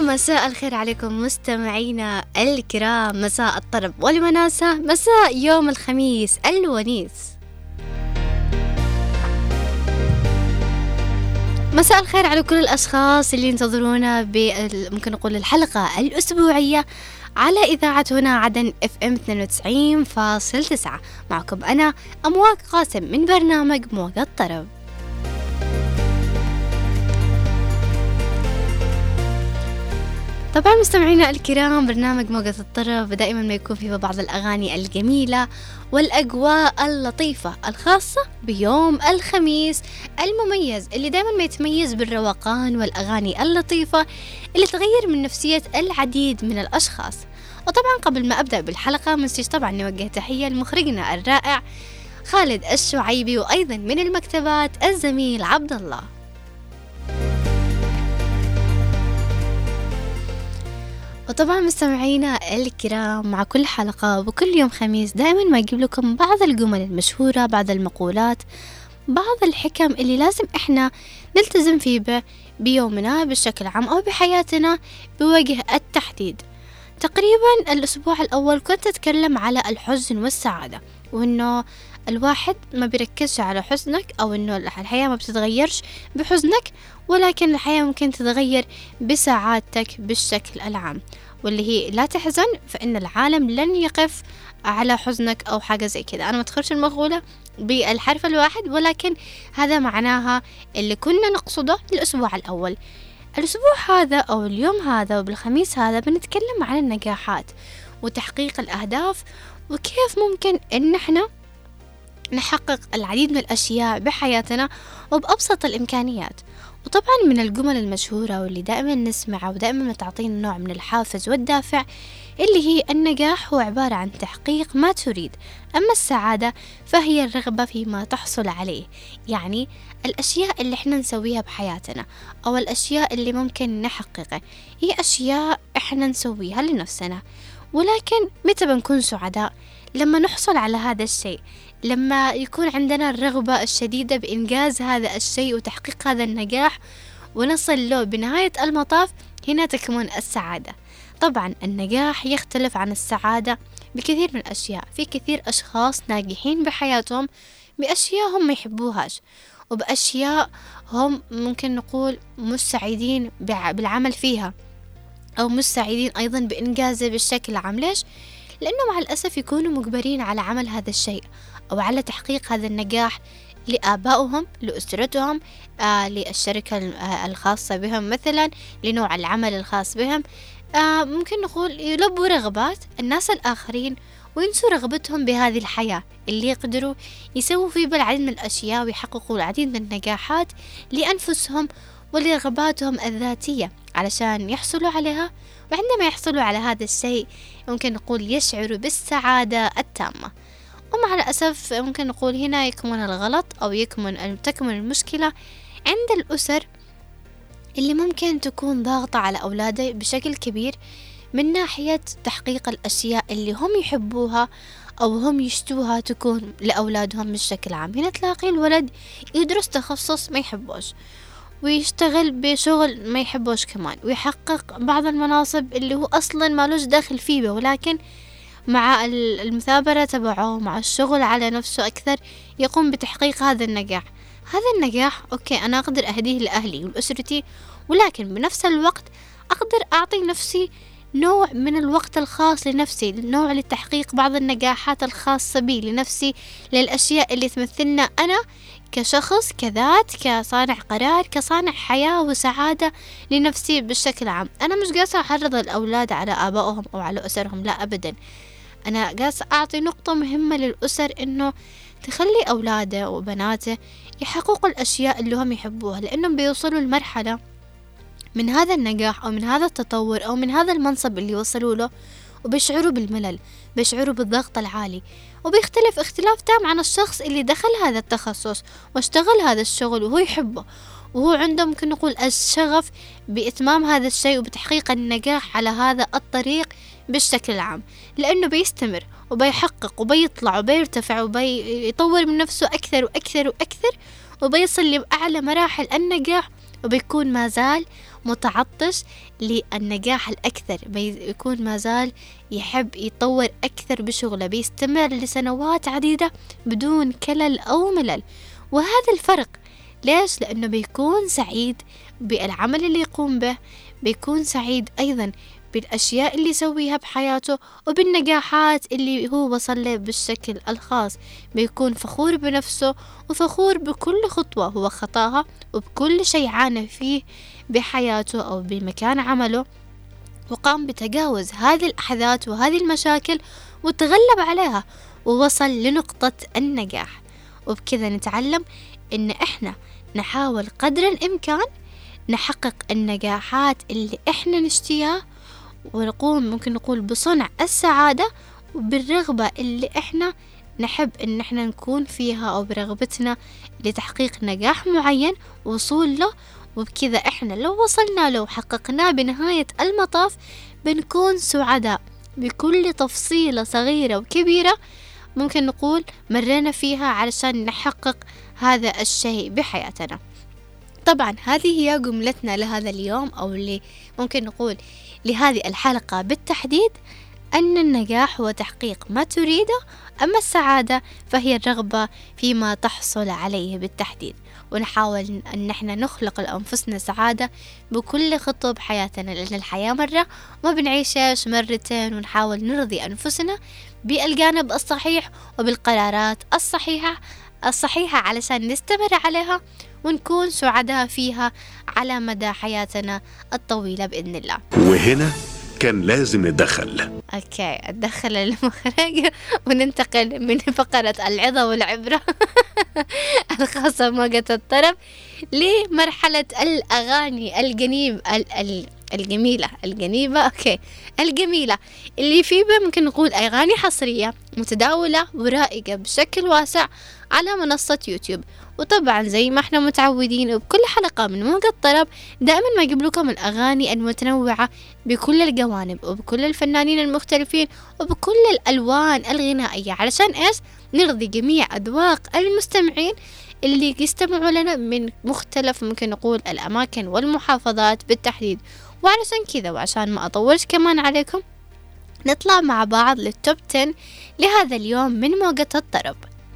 مساء الخير عليكم مستمعينا الكرام، مساء الطرب والوناسة، مساء يوم الخميس الونيس. مساء الخير على كل الأشخاص اللي ينتظرونا ممكن نقول الحلقة الأسبوعية على إذاعة هنا عدن FM 92.9. معكم أنا أمواج قاسم من برنامج موج الطرب. طبعا مستمعينا الكرام، برنامج موجة الطرب دائما ما يكون فيه بعض الأغاني الجميلة والأجواء اللطيفة الخاصة بيوم الخميس المميز، اللي دائما ما يتميز بالروقان والأغاني اللطيفة اللي تغير من نفسية العديد من الأشخاص. وطبعا قبل ما أبدأ بالحلقة منسيش طبعا نوجه تحية لمخرجنا الرائع خالد الشعيبي، وأيضا من المكتبات الزميل عبد الله. وطبعا مستمعينا الكرام، مع كل حلقة وكل يوم خميس دائما ما يجيب لكم بعض الجمل المشهورة، بعض المقولات، بعض الحكم اللي لازم احنا نلتزم فيه بيومنا بشكل عام أو بحياتنا بوجه التحديد. تقريبا الأسبوع الأول كنت أتكلم على الحزن والسعادة، وإنه الواحد ما بيركزش على حزنك، أو إنه الحياة ما بتتغيرش بحزنك، ولكن الحياة ممكن تتغير بسعادتك بالشكل العام، واللي هي لا تحزن فإن العالم لن يقف على حزنك أو حاجة زي كده. أنا ما تخرج المقولة بالحرف الواحد، ولكن هذا معناها اللي كنا نقصده الأسبوع الأول. الأسبوع هذا أو اليوم هذا وبالخميس هذا بنتكلم عن النجاحات وتحقيق الأهداف، وكيف ممكن إن احنا نحقق العديد من الأشياء بحياتنا وبأبسط الإمكانيات. وطبعا من الجمل المشهورة واللي دائما نسمعها ودائما تعطينا نوع من الحافز والدافع، اللي هي النجاح هو عبارة عن تحقيق ما تريد، أما السعادة فهي الرغبة فيما تحصل عليه. يعني الأشياء اللي احنا نسويها بحياتنا أو الأشياء اللي ممكن نحققها هي أشياء احنا نسويها لنفسنا، ولكن متى بنكون سعداء؟ لما نحصل على هذا الشيء، لما يكون عندنا الرغبة الشديدة بإنجاز هذا الشيء وتحقيق هذا النجاح ونصل له بنهاية المطاف، هنا تكمن السعادة. طبعا النجاح يختلف عن السعادة بكثير من الأشياء. في كثير أشخاص ناجحين بحياتهم بأشياء هم ما يحبوهاش، وبأشياء هم ممكن نقول مش سعيدين بالعمل فيها، أو مش سعيدين أيضا بإنجازه بالشكل العام. ليش؟ لأنه مع الأسف يكونوا مجبرين على عمل هذا الشيء أو على تحقيق هذا النجاح لآبائهم، لأسرتهم، للشركة الخاصة بهم، مثلا لنوع العمل الخاص بهم. ممكن نقول يلبوا رغبات الناس الآخرين وينسوا رغبتهم بهذه الحياة اللي يقدروا يسووا فيه بالعديد من الأشياء ويحققوا العديد من النجاحات لأنفسهم ولرغباتهم الذاتية علشان يحصلوا عليها. وعندما يحصلوا على هذا الشيء ممكن نقول يشعروا بالسعادة التامة. ومع الأسف ممكن نقول هنا يكمن الغلط أو تكمن المشكلة عند الأسر اللي ممكن تكون ضاغطة على أولاده بشكل كبير من ناحية تحقيق الأشياء اللي هم يحبوها أو هم يشتوها تكون لأولادهم بشكل عام. هنا تلاقي الولد يدرس تخصص ما يحبوش، ويشتغل بشغل ما يحبوش كمان، ويحقق بعض المناصب اللي هو أصلا ما لوش داخل فيه، ولكن مع المثابرة تبعه مع الشغل على نفسه أكثر يقوم بتحقيق هذا النجاح. هذا النجاح أوكي أنا أقدر أهديه لأهلي ولأسرتي، ولكن بنفس الوقت أقدر أعطي نفسي نوع من الوقت الخاص لنفسي، نوع لتحقيق بعض النجاحات الخاصة بي لنفسي، للأشياء اللي تمثلنا أنا كشخص، كذات، كصانع قرار، كصانع حياة وسعادة لنفسي بالشكل عام. أنا مش قاسة أحرض الأولاد على آبائهم أو على أسرهم، لا أبدا. أنا قاسة أعطي نقطة مهمة للأسر، إنه تخلي أولاده وبناته يحققوا الأشياء اللي هم يحبوها، لأنهم بيوصلوا لمرحلة من هذا النجاح أو من هذا التطور أو من هذا المنصب اللي وصلوا له وبيشعروا بالملل، بيشعروا بالضغط العالي، وبيختلف اختلاف تام عن الشخص اللي دخل هذا التخصص واشتغل هذا الشغل وهو يحبه، وهو عنده ممكن نقول الشغف بإتمام هذا الشيء وبتحقيق النجاح على هذا الطريق بالشكل العام، لأنه بيستمر وبيحقق وبيطلع وبيرتفع وبيطور من نفسه أكثر وأكثر وأكثر، وبيصل لأعلى مراحل النجاح وبيكون ما زال متعطش للنجاح الأكثر، بيكون ما زال يحب يطور أكثر بشغله، بيستمر لسنوات عديدة بدون كلل أو ملل. وهذا الفرق ليش؟ لأنه بيكون سعيد بالعمل اللي يقوم به، بيكون سعيد أيضا بالأشياء اللي يسويها بحياته وبالنجاحات اللي هو وصل له بالشكل الخاص. بيكون فخور بنفسه وفخور بكل خطوة هو خطاها وبكل شيء عانى فيه بحياته أو بمكان عمله، وقام بتجاوز هذه الأحداث وهذه المشاكل وتغلب عليها ووصل لنقطة النجاح. وبكذا نتعلم إن إحنا نحاول قدر الإمكان نحقق النجاحات اللي إحنا نشتيها، ونقوم ممكن نقول بصنع السعادة وبالرغبة اللي إحنا نحب إن إحنا نكون فيها، أو برغبتنا لتحقيق نجاح معين وصول له. وبكذا إحنا لو وصلنا له وحققناه بنهاية المطاف بنكون سعداء بكل تفصيلة صغيرة وكبيرة ممكن نقول مرينا فيها علشان نحقق هذا الشيء بحياتنا. طبعا هذه هي جملتنا لهذا اليوم، أو اللي ممكن نقول لهذه الحلقة بالتحديد، أن النجاح هو تحقيق ما تريده، أما السعادة فهي الرغبة فيما تحصل عليه بالتحديد. ونحاول أن احنا نخلق لأنفسنا سعادة بكل خطوة بحياتنا، لأن الحياة مرة ما بنعيشهاش مرتين، ونحاول نرضي أنفسنا بالجانب الصحيح وبالقرارات الصحيحة علشان نستمر عليها ونكون سعداء فيها على مدى حياتنا الطويلة بإذن الله. وهنا كان لازم نتدخل. أتدخل المخرج وننتقل من فقرة العظة والعبرة الخاصة بموجة الطرب لمرحلة الأغاني الجميلة الجميلة اللي فيه ممكن نقول أغاني حصرية متداولة ورائجة بشكل واسع على منصة يوتيوب. وطبعا زي ما احنا متعودين وبكل حلقة من موجة الطرب دائما ما يجيب لكم الأغاني المتنوعة بكل الجوانب وبكل الفنانين المختلفين وبكل الألوان الغنائية، علشان ايش؟ نرضي جميع أذواق المستمعين اللي يستمعوا لنا من مختلف ممكن نقول الأماكن والمحافظات بالتحديد. وعلشان كذا وعشان ما أطولش كمان عليكم نطلع مع بعض للتوب 10 لهذا اليوم من موجة الطرب.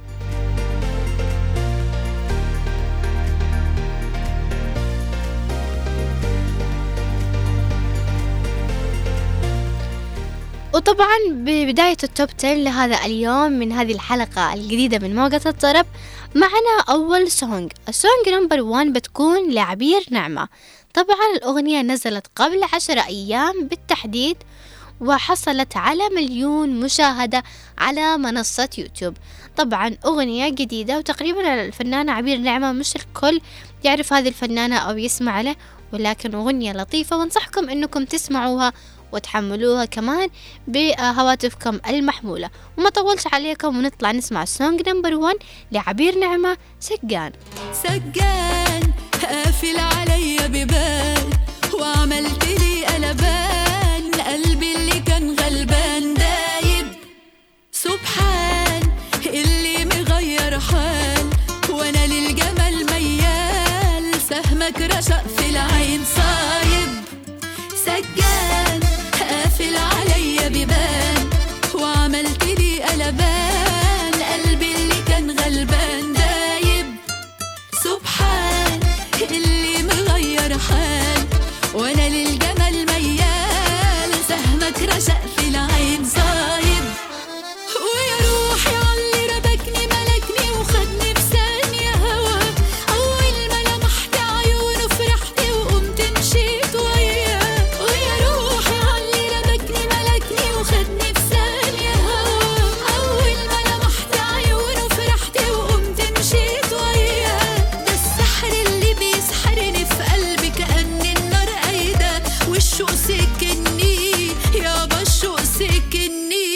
وطبعا ببداية التوب 10 لهذا اليوم من هذه الحلقة الجديدة من موجة الطرب معنا أول سونج. السونج نمبر 1 بتكون لعبير نعمة. طبعا الأغنية نزلت قبل 10 أيام بالتحديد وحصلت على 1,000,000 مشاهدة على منصة يوتيوب. طبعا أغنية جديدة وتقريبا الفنانة عبير نعمة مش الكل يعرف هذه الفنانة أو يسمع له، ولكن أغنية لطيفة وانصحكم أنكم تسمعوها وتحملوها كمان بهواتفكم المحمولة. وما طولش عليكم ونطلع نسمع السونج نمبر 1 لعبير نعمة، سجان. سجان قافل عليا ببال وعملت لي قلبان، قلبي اللي كان غلبان دايب سبحان اللي مغير حال، وانا للجمال ميال سهمك رشق في العين صايب. سجان قافل عليا ببان وعملت لي قلبان، قلبي اللي كان غلبان دايب سبحان اللي مغير حال، وانا للجمال ميال سهمك رشق في العين صايب. ويا روحي عاللي ربكني ملكني وخدني بثانية هوا، أول ما لمحت عيونه فرحت وقمت مشيت وياه. ويا روحي عاللي ربكني ملكني وخدني بثانية هوا، أول ما لمحت عيونه فرحت وقمت مشيت وياه. ده السحر اللي بيسحرني في قلبي كأن النار قايدة، والشوق سكني يابا الشوق سكني.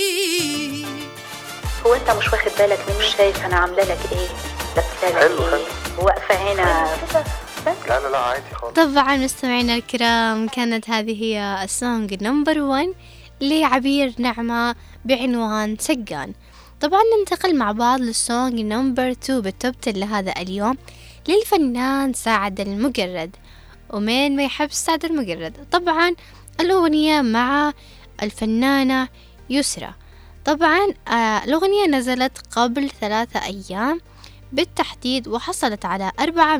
هو انت مش واخد بالك مني؟ مش شايف انا عامله لك ايه؟ لابسه لك ايه؟ واقفه هنا لا عادي خالص. طبعا مستمعينا الكرام كانت هذه هي السونج نمبر 1 لعبير نعمة بعنوان سجان. طبعا ننتقل مع بعض للسونج نمبر 2 بالتوب 10 لهذا اليوم للفنان سعد المجرد. ومين ما يحب سعد المجرد؟ طبعا الأغنية مع الفنانة يسرى. طبعا الأغنية نزلت قبل 3 أيام بالتحديد، وحصلت على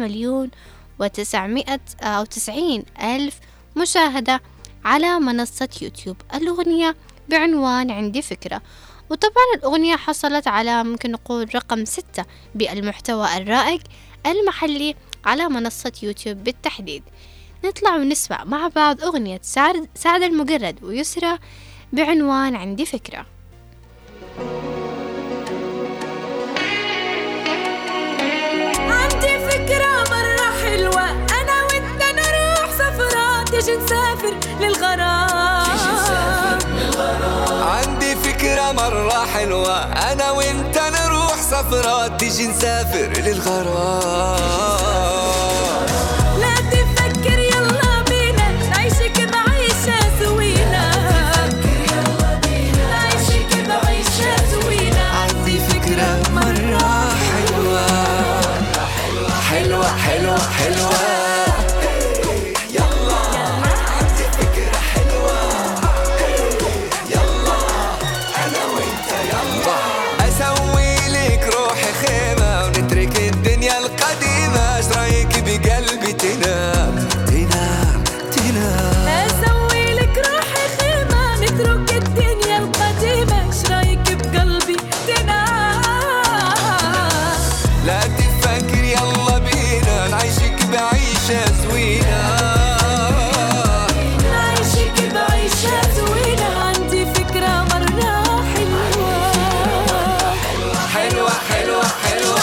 4,990,000 مشاهدة على منصة يوتيوب. الأغنية بعنوان عندي فكرة. وطبعا الأغنية حصلت على ممكن نقول رقم 6 بالمحتوى الرائج المحلي على منصة يوتيوب بالتحديد. نطلع ونسمع مع بعض أغنية سعد المجرد ويسرى بعنوان عندي فكرة. عندي فكرة مرة حلوة، أنا وإنت نروح سفرة، تيجي نسافر للغرام. عندي فكرة مرة حلوة، أنا وإنت نروح سفرة، تيجي نسافر للغرام. لا تفكر يلا بينا نعيش كده عيشة سوينا، نعيش كده عيشة سوينا. عندي فكرة مرة حلوة حلوة حلوة حلوة، يلا عندي فكرة حلوة، يلا أنا وإنت يلا. أسوي لك روحي خيمة ونترك الدنيا القديمة، إيش رأيك بقلبي تنام تنام تنام؟ أسوي لك روحي خيمة نترك الدنيا القديمة، إيش رأيك بقلبي تنام؟ لا تفكر يلا بينا نعيشك بعيشة زوينة، نعيشك بعيشة زوينة. عندي فكرة مرة حلوة حلوة حلوة حلوة.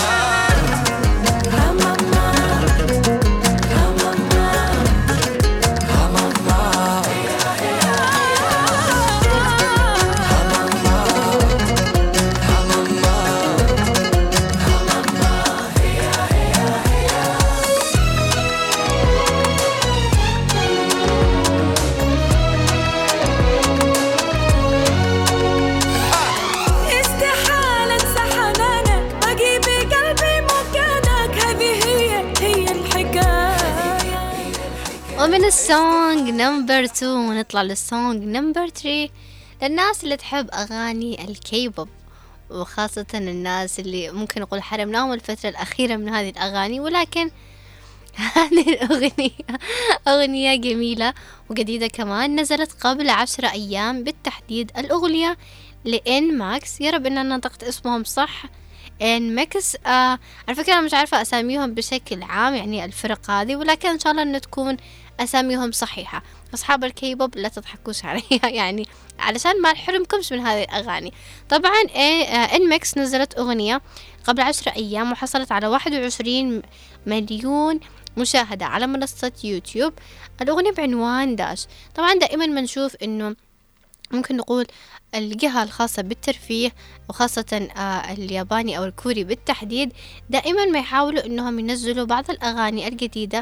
استحالة انسى حنانك، باقي بقلبي مكانك، هذه هي الحكاية. ومن السونج نمبر 2 نطلع للسونج نمبر 3 للناس اللي تحب أغاني الكيبوب، وخاصة الناس اللي ممكن نقول حرمناهم الفترة الأخيرة من هذه الأغاني، ولكن هذه الأغنية أغنية جميلة وجديدة كمان، نزلت قبل 10 أيام بالتحديد. الأغنية لإن ماكس، يا رب إن أنا نطقت اسمهم صح، إن ماكس. على فكرة أنا مش عارفة أساميهم بشكل عام، يعني الفرق هذه، ولكن إن شاء الله إن تكون أساميهم صحيحة. أصحاب الكيبوب لا تضحكوش عليها يعني علشان ما نحرمكمش من هذه الأغاني. طبعا إن ماكس نزلت أغنية قبل 10 أيام وحصلت على 21 مليون مشاهدة على منصة يوتيوب. الأغنية بعنوان داش. طبعا دائما ما نشوف إنه ممكن نقول الجهة الخاصة بالترفيه، وخاصة الياباني أو الكوري بالتحديد، دائما ما يحاولوا أنهم ينزلوا بعض الأغاني الجديدة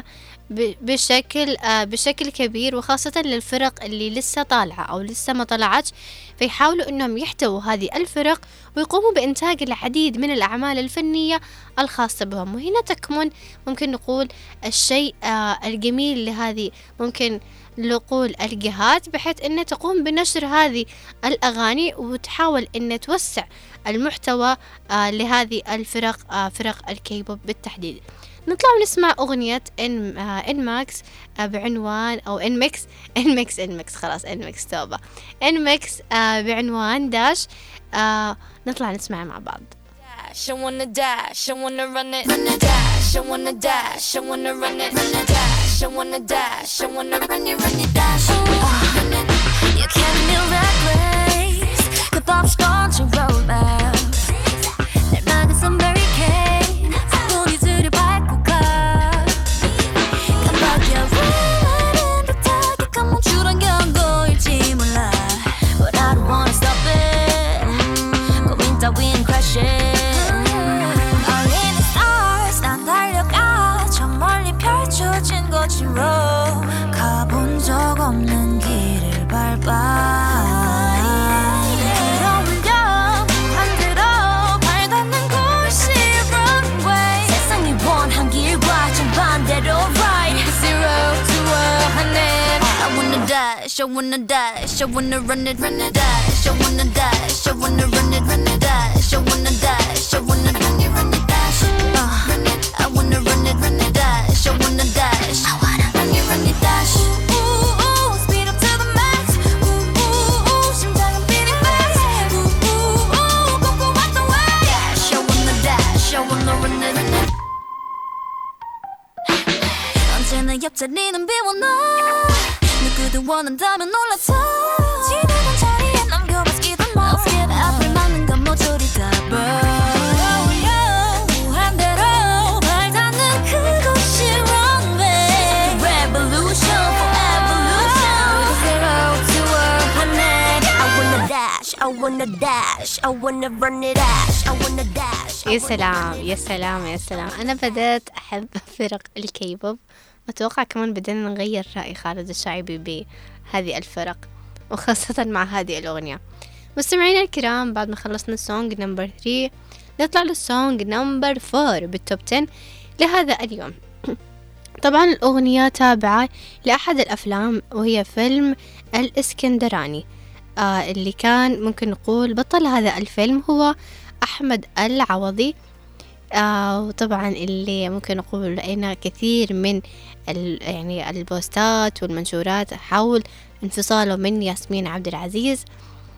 بشكل كبير، وخاصة للفرق اللي لسه طالعة أو لسه ما طلعتش، فيحاولوا أنهم يحتووا هذه الفرق ويقوموا بإنتاج العديد من الأعمال الفنية الخاصة بهم. وهنا تكمن ممكن نقول الشيء الجميل لهذه ممكن نقول الجهات، بحيث أن تقوم بنشر هذه الأغاني وتحاول أن توسع المحتوى لهذه الفرق، فرق الكيبوب بالتحديد. نطلع ونسمع أغنية إن ماكس بعنوان أو إن ميكس خلاص إن ميكس توبة إن ميكس بعنوان داش. نطلع نسمع مع بعض. I wanna dash, I wanna run it, dash, I wanna dash, I wanna run it, dash, I wanna dash, I wanna run it, dash. You can't be reckless, 그 법이 건지 roll out. 날 막은 some barricade, 우리들을 밟고 가. 깜빡여 rolling 듯하게 감멈추던 경고일지 몰라. But I don't wanna stop it, 고민 따윈 crash it. 펼쳐진 거치로 가본 적 없는 길을 밟아. 그러면 반대로 발 닿는 곳이 runway. 세상이 원한 길과 dash, I wanna dash, I wanna run it, dash, I wanna dash, I wanna run it, dash, I wanna dash, I wanna run it, dash. I wanna run it, dash, I wanna dash, I wanna run it, dash. Ooh, ooh, speed up to the max. Ooh, ooh, ooh, 심장은 beating fast. Ooh, ooh, ooh, go out the way. Dash, I wanna run it. 언제나 옆자리는 비워놔. 누구도 원한다면 올라타. 지나간 자리에 남겨봐 skip them all. 앞을 막는 건 모조리 다 burn. 무한 대로 발 닿는 그곳이 runway. Revolution for evolution. Zero to 100. I wanna dash, I wanna dash, I wanna run it, dash, I wanna dash. يا سلام يا سلام يا سلام. أنا بدأت أحب فرق الكيبوب، أتوقع كمان بدأنا نغير رأي خالد الشعيبي بهذه الفرق، وخاصة مع هذه الأغنية. مستمعينا الكرام، بعد ما خلصنا السونج نمبر 3 نطلع للسونج نمبر 4 بالتوب 10 لهذا اليوم. طبعا الأغنية تابعة لأحد الأفلام، وهي فيلم الإسكندراني، اللي كان ممكن نقول بطل هذا الفيلم هو أحمد العوضي. وطبعا اللي ممكن نقول رأينا كثير من يعني البوستات والمنشورات حول انفصاله من ياسمين عبد العزيز،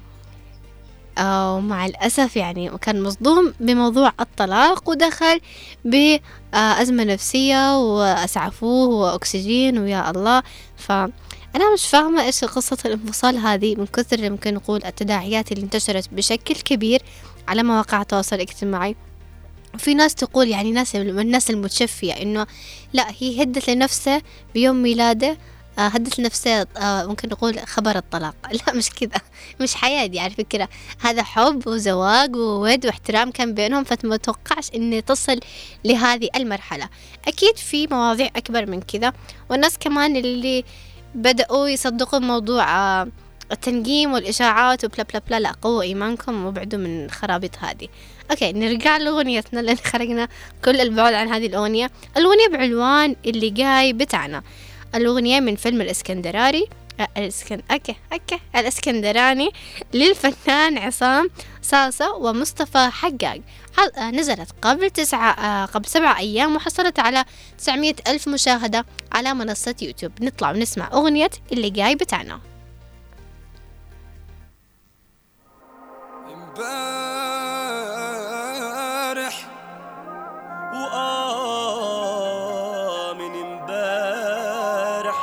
ومع الأسف يعني كان مصدوم بموضوع الطلاق ودخل بأزمة نفسية وأسعفوه وأكسجين ويا الله. فأنا مش فاهمة إيش قصة الانفصال هذه، من كثر اللي ممكن نقول التداعيات اللي انتشرت بشكل كبير على مواقع التواصل الاجتماعي. وفي ناس تقول يعني الناس المتشفية إنه لا، هي هدت لنفسه بيوم ميلاده، هدت لنفسه ممكن نقول خبر الطلاق. لا مش كذا، مش حياة دي على فكرة، هذا حب وزواج وود واحترام كان بينهم، فما توقعش إن تصل لهذه المرحلة. أكيد في مواضيع أكبر من كذا، والناس كمان اللي بدأوا يصدقوا موضوع التنجيم والإشاعات وبلا بلا بلا، لا، قووا إيمانكم وابعدوا من الخرابيط هذه. أوكي، نرجع لأغنيتنا لأن خرجنا كل البعد عن هذه الأغنية. الأغنية بعنوان اللي جاي بتاعنا. الأغنية من فيلم الإسكندراني للفنان عصام صاصة ومصطفى حقاق. نزلت قبل 7 أيام وحصلت على 900,000 مشاهدة على منصة يوتيوب. نطلع ونسمع أغنية اللي جاي بتاعنا. امبارح من امبارح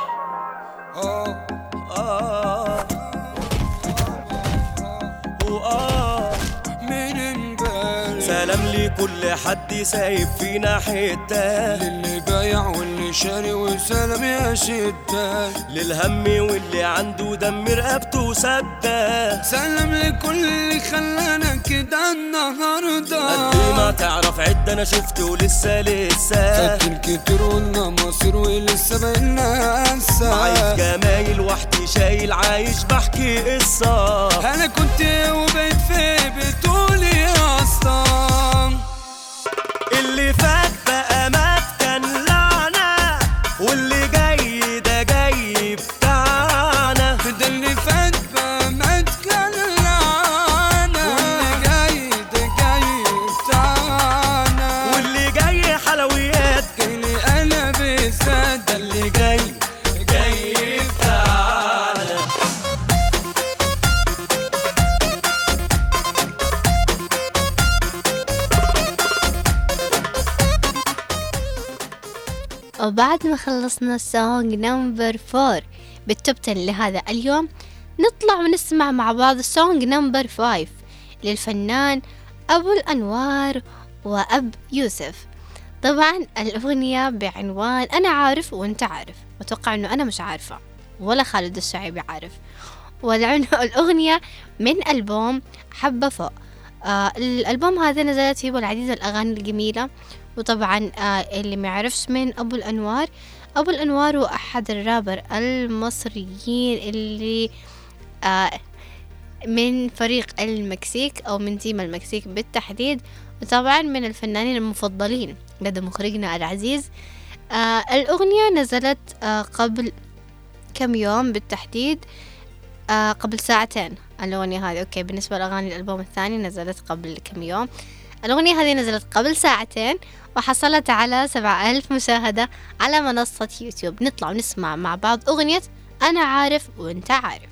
من امبارح. سلام لكل حد سايب فينا حتة، للي بايع واللي شاري، وسلام يا شدة للهم واللي عنده دم رقبته سدة. سلام لكل اللي خلانا كده النهاردة. قد ما تعرف عد انا شفت ولسه فاكر كتير قلنا مصير ولسه بقينا انسى. عايش جمايل وحدي شايل عايش بحكي قصة. انا كنت وبقيت في بتقولي يا اسطى اللي فات بقى مات كان لعنة، واللي جاي ده جاي بتاعنا. ده اللي فات بقى مات كان لعنة، واللي جاي ده جاي بتاعنا. واللي جاي حلويات جايلي انا بالذات. ده اللي جاي بتاعنا. وبعد ما خلصنا سونج نمبر 4 بالتوب 10 لهذا اليوم، نطلع ونسمع مع بعض سونج نمبر 5 للفنان أبو الأنوار وأب يوسف. طبعا الأغنية بعنوان أنا عارف وأنت عارف. أتوقع أنه أنا مش عارفة ولا خالد الشعيبي عارف. والأغنية من ألبوم حبة فوق. الألبوم هذا نزلت فيه العديد الأغاني الجميلة. وطبعا اللي ما يعرفش من أبو الأنوار هو أحد الرابر المصريين اللي من فريق المكسيك أو من تيم المكسيك بالتحديد، وطبعا من الفنانين المفضلين لدى مخرجنا العزيز. الأغنية نزلت قبل كم يوم بالتحديد، قبل ساعتين الأغنية هذه. أوكي، بالنسبة لأغاني الألبوم الثاني نزلت قبل كم يوم، الأغنية هذه نزلت قبل ساعتين وحصلت على 7000 مشاهدة على منصة يوتيوب. نطلع ونسمع مع بعض أغنية أنا عارف وأنت عارف.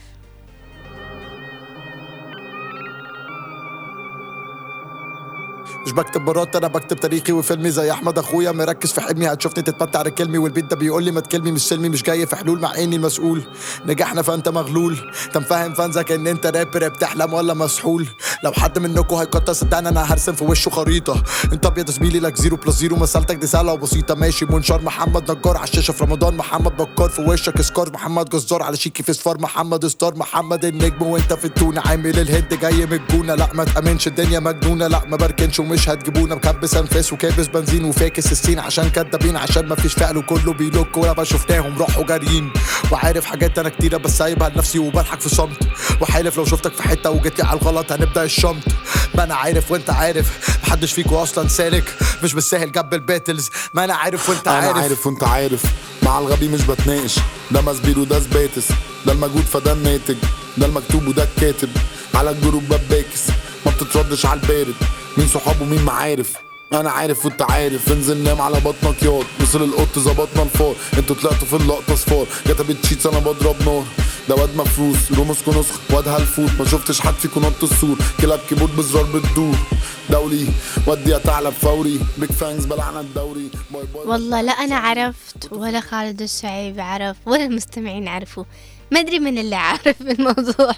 مش بكتب برات، انا بكتب تاريخي وفيلمي زي احمد اخويا، مركز في حلمي هتشوفني تتمتع ركلمي، والبيت ده بيقول لي ما تكلمي مش سلمي، مش جاي في حلول مع اني المسؤول. نجحنا فانت مغلول، تنفهم فانزك ان انت رابر بتحلم ولا مسحول. لو حد منكم هيقطع صدقني انا هرسم في وشه خريطه. انت ابيض زميلي لك 0+0، مسالتك دي سهله وبسيطه. ماشي منشار محمد نجار على الشاشه في رمضان، محمد بكار في وشك سكار، محمد جزار على شيكي في صفار، محمد ستار، محمد النجم وانت في التونه، عامل الهند جاي من الجونه. لا ما تامنش الدنيا مجنونه، لا ما بركنش ومش هتجيبونا، مكبس انفاس وكابس بنزين وفاكس السين عشان كدابين، عشان ما فيش فعل وكله بيلوك ولا شفناهم راحوا جاريين. وعارف حاجات انا كتيره بس سايبها لنفسي وبضحك في صمت، وحالف لو شفتك في حته وجيت لي على الغلط هنبدا الشمط. ما انا عارف وانت عارف، محدش فيكوا اصلا سالك، مش بالسهل جنب الباتلز. ما انا عارف وانت عارف، انا عارف وانت عارف. مع الغبي مش بتناقش، ده مسبير وده سباتس، ده المجهود فده الناتج، ده المكتوب وده الكاتب. على الجروب باب باكس ما بتتردش على البارد، مين صحاب ومين معارف. انا عارف وانت عارف، انزل نام على بطنك ياض، مثل القط ظبطنا الفار، انتوا طلعتوا في اللقطه صفار. كتبت شيتس انا بضرب نار، ده واد مفروس روموسكو نسخ واد هالفوت، ما شفتش حد فيكم نط السور، كلاب كيبورد بزرار بتدور. دولي ودي اتعلب فوري، بيج فانجز بلعنا الدوري. باي باي. والله لا أنا عرفت ولا خالد الشعيب عرف ولا المستمعين عرفوا، ما أدري من اللي عارف الموضوع.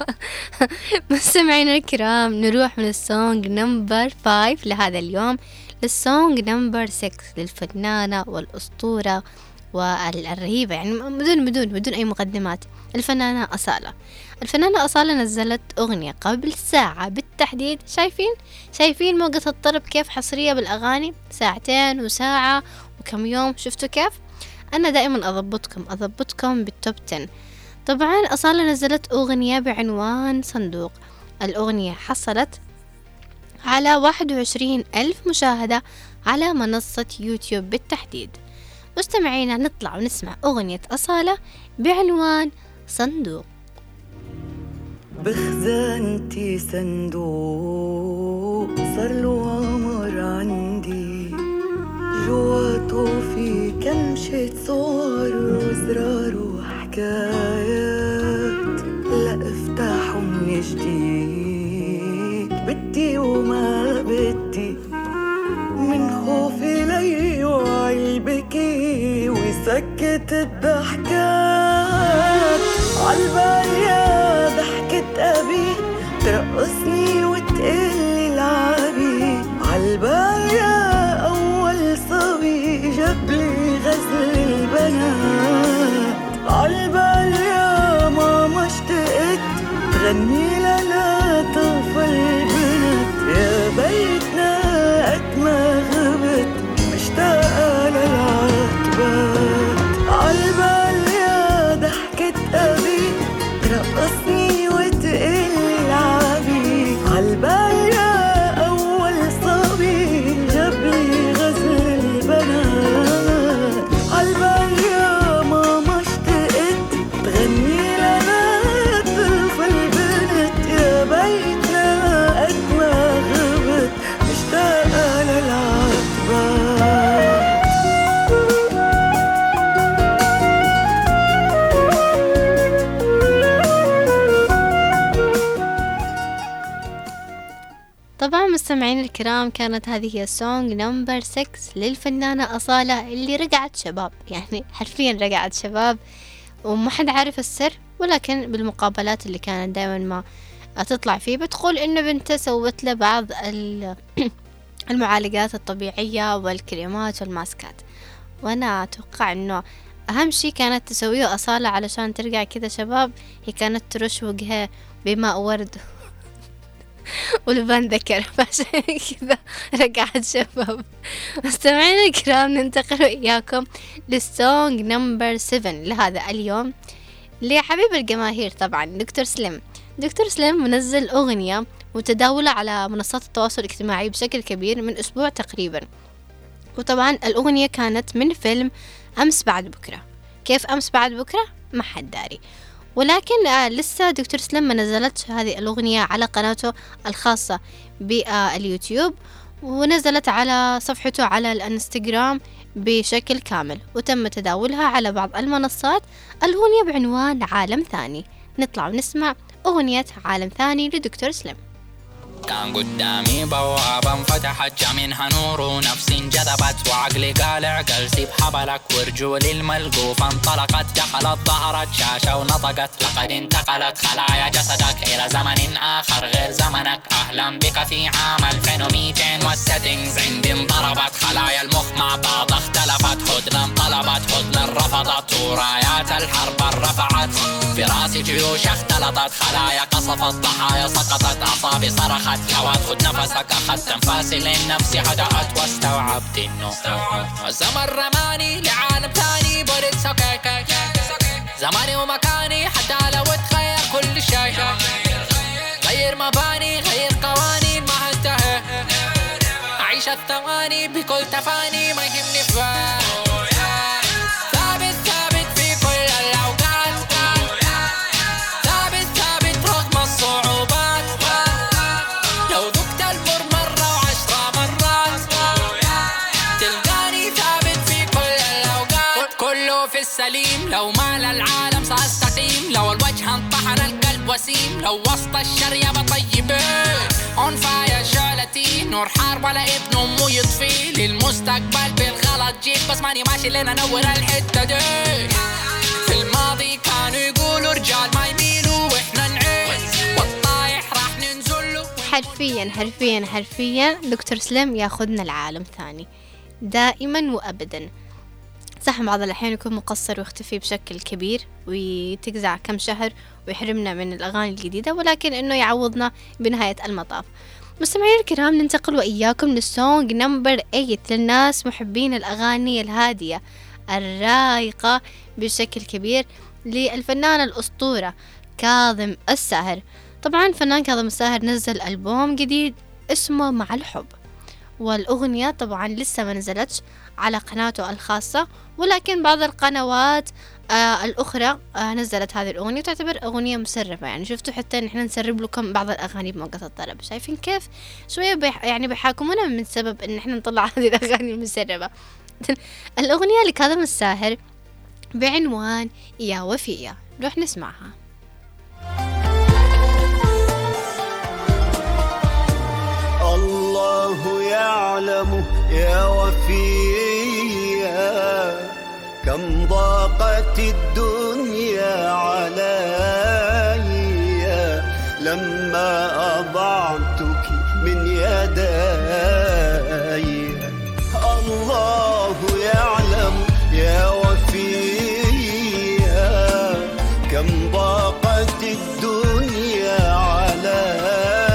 مستمعينا الكرام، نروح من السونج نمبر 5 لهذا اليوم للسونج نمبر 6 للفنانة والأسطورة والرهيبة، يعني بدون أي مقدمات، الفنانة أصالة. الفنانة أصالة نزلت أغنية قبل ساعة بالتحديد. شايفين موجة الطرب كيف حصرية بالأغاني، ساعتين وساعة وكم يوم. شفتوا كيف أنا دائما أضبطكم بالتوب 10. طبعا أصالة نزلت أغنية بعنوان صندوق. الأغنية حصلت على 21,000 مشاهدة على منصة يوتيوب بالتحديد. مستمعينا نطلع ونسمع أغنية أصالة بعنوان صندوق. بخزانتي صندوق صارله عمر عندي، جواته في كمشة صور وزرار وحكايات، لأفتحه من جديد بدي وما بدي، من خوفي ليوعي البكي ويسكت الضحكات. عالبال يا ضحكة أبي ترقصني وتقلي العبي، عالبال يا أول صبي جابلي غزل البنات، عالبال يا ماما اشتقت تغني لنا طفل بنت، يا بيتنا قد ما غبت مشتاقة للعتبات، عالبال يا ضحكة أبي ترقصني وتقلي العبي، عالبال يا أول صبي جابلي غزل البنات، عالبال يا ماما اشتقت تغني لنا طفل بنت، يا بيتنا قد ما غبت مشتاقة للعتبات. طبعا مستمعين الكرام، كانت هذه هي السونج نمبر 6 للفنانة أصالة اللي رجعت شباب، يعني حرفيا رجعت شباب وما حد عارف السر، ولكن بالمقابلات اللي كانت دائما ما تطلع فيه بتقول إنه بنته سوت له بعض المعالجات الطبيعية والكريمات والماسكات. وأنا أتوقع إنه أهم شيء كانت تسويه أصالة علشان ترجع كذا شباب، هي كانت ترش وجهها بماء ورد ولبان ذكر، فعشان كذا رجعت شباب. مستمعينا الكرام، ننتقل إياكم للسونج نمبر 7 لهذا اليوم لحبيب الجماهير طبعا دكتور سليم منزل أغنية متداولة على منصات التواصل الاجتماعي بشكل كبير من أسبوع تقريبا. وطبعا الأغنية كانت من فيلم أمس بعد بكرة. كيف أمس بعد بكرة؟ ما حد داري. ولكن لسه دكتور سليم ما نزلت هذه الأغنية على قناته الخاصة باليوتيوب، ونزلت على صفحته على الانستغرام بشكل كامل، وتم تداولها على بعض المنصات. الأغنية بعنوان عالم ثاني. نطلع ونسمع أغنية عالم ثاني لدكتور سليم. كان قدامي بوابة انفتحت جا منها نور ونفسي انجذبت وعقلي قالع قال سيب حبلك ورجولي الملقوفة انطلقت دخلت ظهرت شاشة ونطقت لقد انتقلت خلايا جسدك إلى زمن آخر غير زمنك أهلا بك في عام 2200 والسيتنجز عندي انضربت خلايا المخ مع بعض اختلفت هدنا طلبت هدنا رفضت ورايات الحرب رفعت في راسي جيوش اختلطت خلايا قصفت ضحايا سقطت أعصابي صرخت هوات خد نفسك أخذت أنفاسي لين نفسي هدأت واستوعبت إنه الزمن رماني لعالم تاني but it's okay زماني ومكاني حتى لو تغير كل شيء غير مباني غير قوانين ما انتهى أعيش الثواني بكل تفاني ما يهمني فين سليم لو مال العالم سأستقيم لو الوجه انطحن القلب وسيم لو وسط الشر يبقى طيبين on fire شعلتي نور حار ولا ابن أمه يطفي للمستقبل بالغلط جيت بس ماني ماشي لين أنور الحتة دي في الماضي كانوا يقولوا رجال ما يميلوا وإحنا نعيش والطايح راح ننزله. حرفيا دكتور سليم ياخدنا العالم ثاني دائما وأبدا. صح بعض الأحيان يكون مقصر ويختفي بشكل كبير وتجزع كم شهر ويحرمنا من الأغاني الجديدة، ولكن إنه يعوضنا بنهاية المطاف. مستمعين الكرام، ننتقل وإياكم للسونج نمبر 8 للناس محبين الأغاني الهادية الرايقة بشكل كبير للفنان الأسطورة كاظم الساهر. طبعا فنان كاظم الساهر نزل ألبوم جديد اسمه مع الحب، والأغنية طبعا لسه ما نزلتش على قناته الخاصة، ولكن بعض القنوات الأخرى نزلت هذه الأغنية وتعتبر أغنية مسربة. يعني شفتوا حتى نحن نسرب لكم بعض الأغاني بموقع الطلب. شايفين كيف شوية يعني بيحاكمونا من سبب إن نحن نطلع هذه الأغاني المسربة. الأغنية لكاظم الساهر بعنوان يا وفية، نروح نسمعها. الله يعلم يا وفية كم ضاقت الدنيا علي لما أضعتك من يدي. الله يعلم يا وفية كم ضاقت الدنيا علي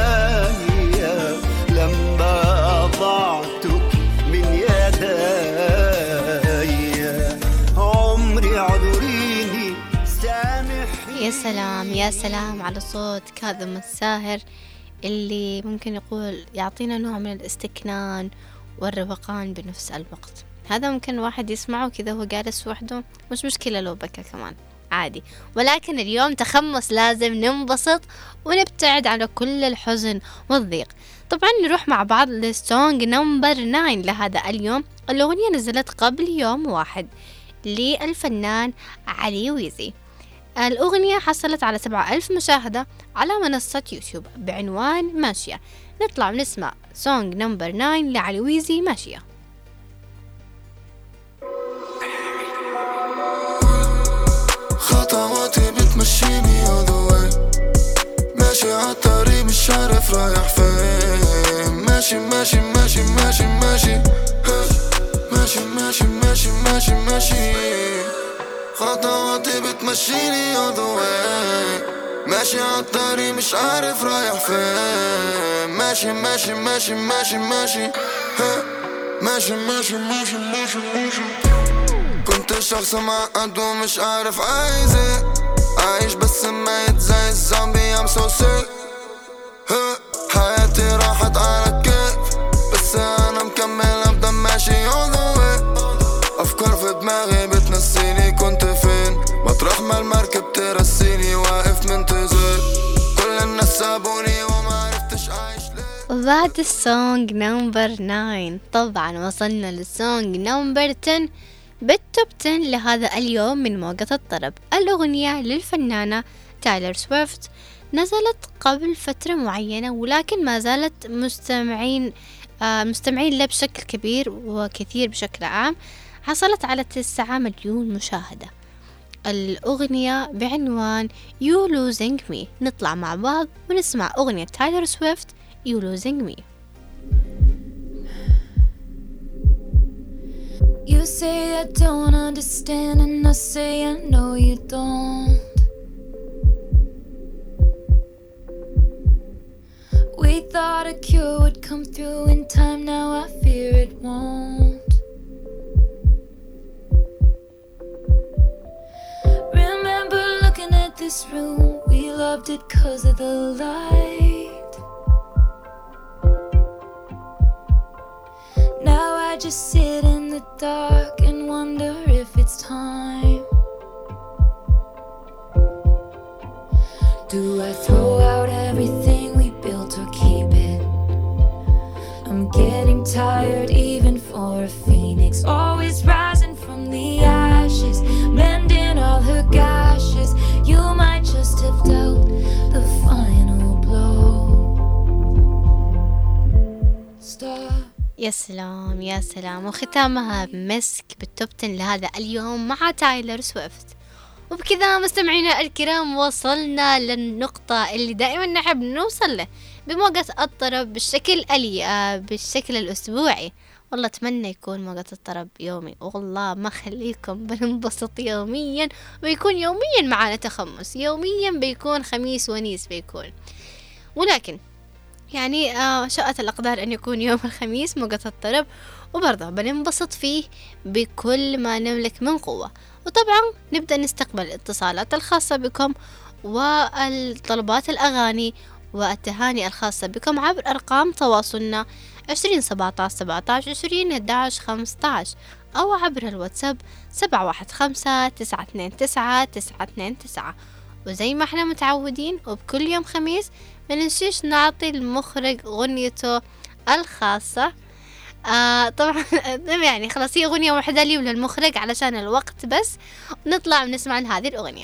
يا سلام على صوت كاظم الساهر اللي ممكن يقول يعطينا نوع من الاستكنان والروقان بنفس الوقت. هذا ممكن واحد يسمعه كذا وهو جالس وحده، مش مشكلة لو بكى كمان عادي، ولكن اليوم تخمس لازم ننبسط ونبتعد عن كل الحزن والضيق. طبعا نروح مع بعض للسونج نمبر 9 لهذا اليوم. الأغنية نزلت قبل يوم واحد للفنان علي ويزي. الأغنية حصلت على 7000 مشاهدة على منصة يوتيوب بعنوان ماشية. نطلع ونسمع سونج نمبر 9 لعلي ويزي ماشية. خطواتي بتمشيني all the way ماشي عالطريق مش عارف رايح فين ماشي ماشي ماشي ماشي ماشي ماشي ماشي ماشي ماشي ماشي خطواتي بتمشيني all the way ماشي عالطريق مش عارف رايح فين ماشي ماشي ماشي ماشي ماشي ماشي ماشي ماشي ماشي ماشي كنت شخص معقد ومش عارف عايز ايه عايش بس ميت زي الزومبي I'm so sick حياتي راحت على كيف بس انا مكمل ابدا ماشي all the way افكار في دماغي بتنسيني كنت فين مطرح ما وبعد السونج نمبر 9 طبعا وصلنا للسونج نمبر 10 بالتوب 10 لهذا اليوم من موجة الطرب. الأغنية للفنانة تايلر سويفت، نزلت قبل فترة معينة ولكن ما زالت مستمعين له بشكل كبير وكثير بشكل عام، حصلت على 9 مليون مشاهدة. الأغنية بعنوان You Losing Me. نطلع مع بعض ونسمع أغنية تايلر سويفت You Losing Me. You say I don't understand and I say I know you don't. We thought a cure would come through in time, now I fear it won't. Remember looking at this room, we loved it 'cause of the light. Now I just sit in the dark and wonder if it's time. Do I throw out everything we built or keep it? I'm getting tired even for a phoenix, always rising from the ashes, mending all her gashes. You might just have dealt the final blow. Stop. يا سلام يا سلام، وختامها مسك بالتوب 10 لهذا اليوم مع تايلر سويفت. وبكذا مستمعينا الكرام وصلنا للنقطة اللي دائما نحب نوصل له بموجة الطرب بالشكل الأسبوعي. والله أتمنى يكون موجة الطرب يومي، والله ما خليكم بننبسط يوميا، ويكون يوميا معنا تخمس، يوميا بيكون خميس ونيس بيكون، ولكن يعني شاءت الأقدار أن يكون يوم الخميس موجة الطرب، وبرضه بننبسط فيه بكل ما نملك من قوة. وطبعا نبدأ نستقبل الاتصالات الخاصة بكم والطلبات الأغاني والتهاني الخاصة بكم عبر أرقام تواصلنا 20 17 17 20 11 15 أو عبر الواتساب 715 929 929. وزي ما احنا متعودين وبكل يوم خميس مننسيش نعطي المخرج غنيته الخاصة. طبعا يعني خلاص هي أغنية واحدة لي وللمخرج علشان الوقت بس، نطلع ونسمع هذه الأغنية.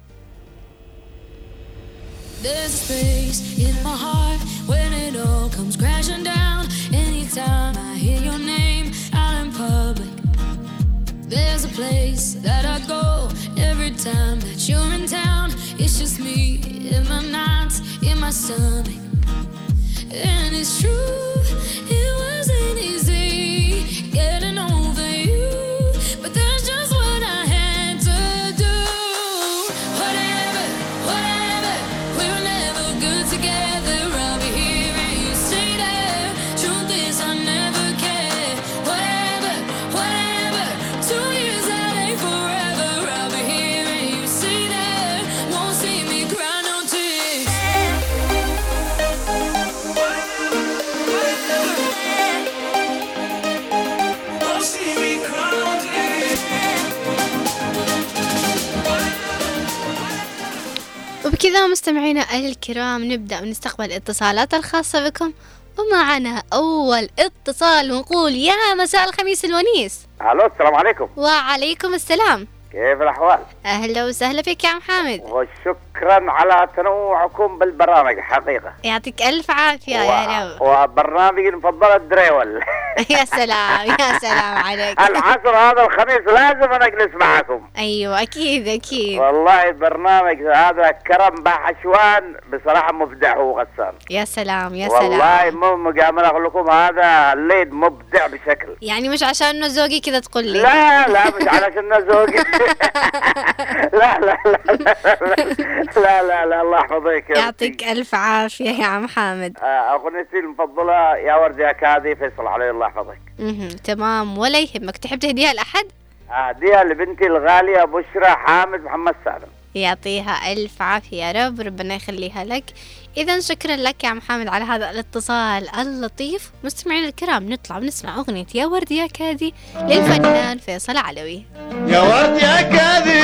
There's a space in my heart when it all comes crashing down. Anytime I hear your name out in public, there's a place that I go every time that you're in town. It's just me in my nights, in my stomach, and it's true, it wasn't easy getting over you, but that's just what I had to do. Whatever, we were never good together. I'll be here and you stay there. Truth is I never cared. Whatever, 2 years that ain't forever. I'll be here and you stay there. Won't see me cry no tears. Won't see me cry no tears. وبكذا مستمعينا الكرام نبدأ ونستقبل الاتصالات الخاصة بكم، ومعنا أول اتصال ونقول يا مساء الخميس الونيس. الو السلام عليكم. وعليكم السلام. كيف الاحوال؟ اهلا وسهلا فيك يا عم حامد، وشكرا على تنوعكم بالبرامج حقيقه. يعطيك الف عافيه يا رب. وبرنامجي المفضل الدريول. يا سلام يا سلام عليك. العصر هذا الخميس لازم انا اجلس معكم. ايوه اكيد اكيد. والله برنامج هذا كرم بحشوان بصراحه مبدع وغسان. يا سلام يا سلام. والله مو مجامله اقول لكم هذا الليل مبدع بشكل. يعني مش عشان انه زوجي كذا تقول لي؟ لا مش علشان زوجي. لا الله يحفظك. يعطيك ألف عافية يا عم حامد. أغنيتي المفضلة يا ورد يا كادي فيصل علي الله يحفظك. تمام ولا يهمك. تحب تهديها لأحد؟ أهديها لبنتي الغالية بشرى حامد محمد سالم. يعطيها ألف عافية يا رب، ربنا يخليها لك. إذا شكرا لك يا عم حامد على هذا الاتصال اللطيف. مستمعين الكرام نطلع ونسمع أغنية يا ورد يا كادي للفنان فيصل علوي. يا ورد يا كادي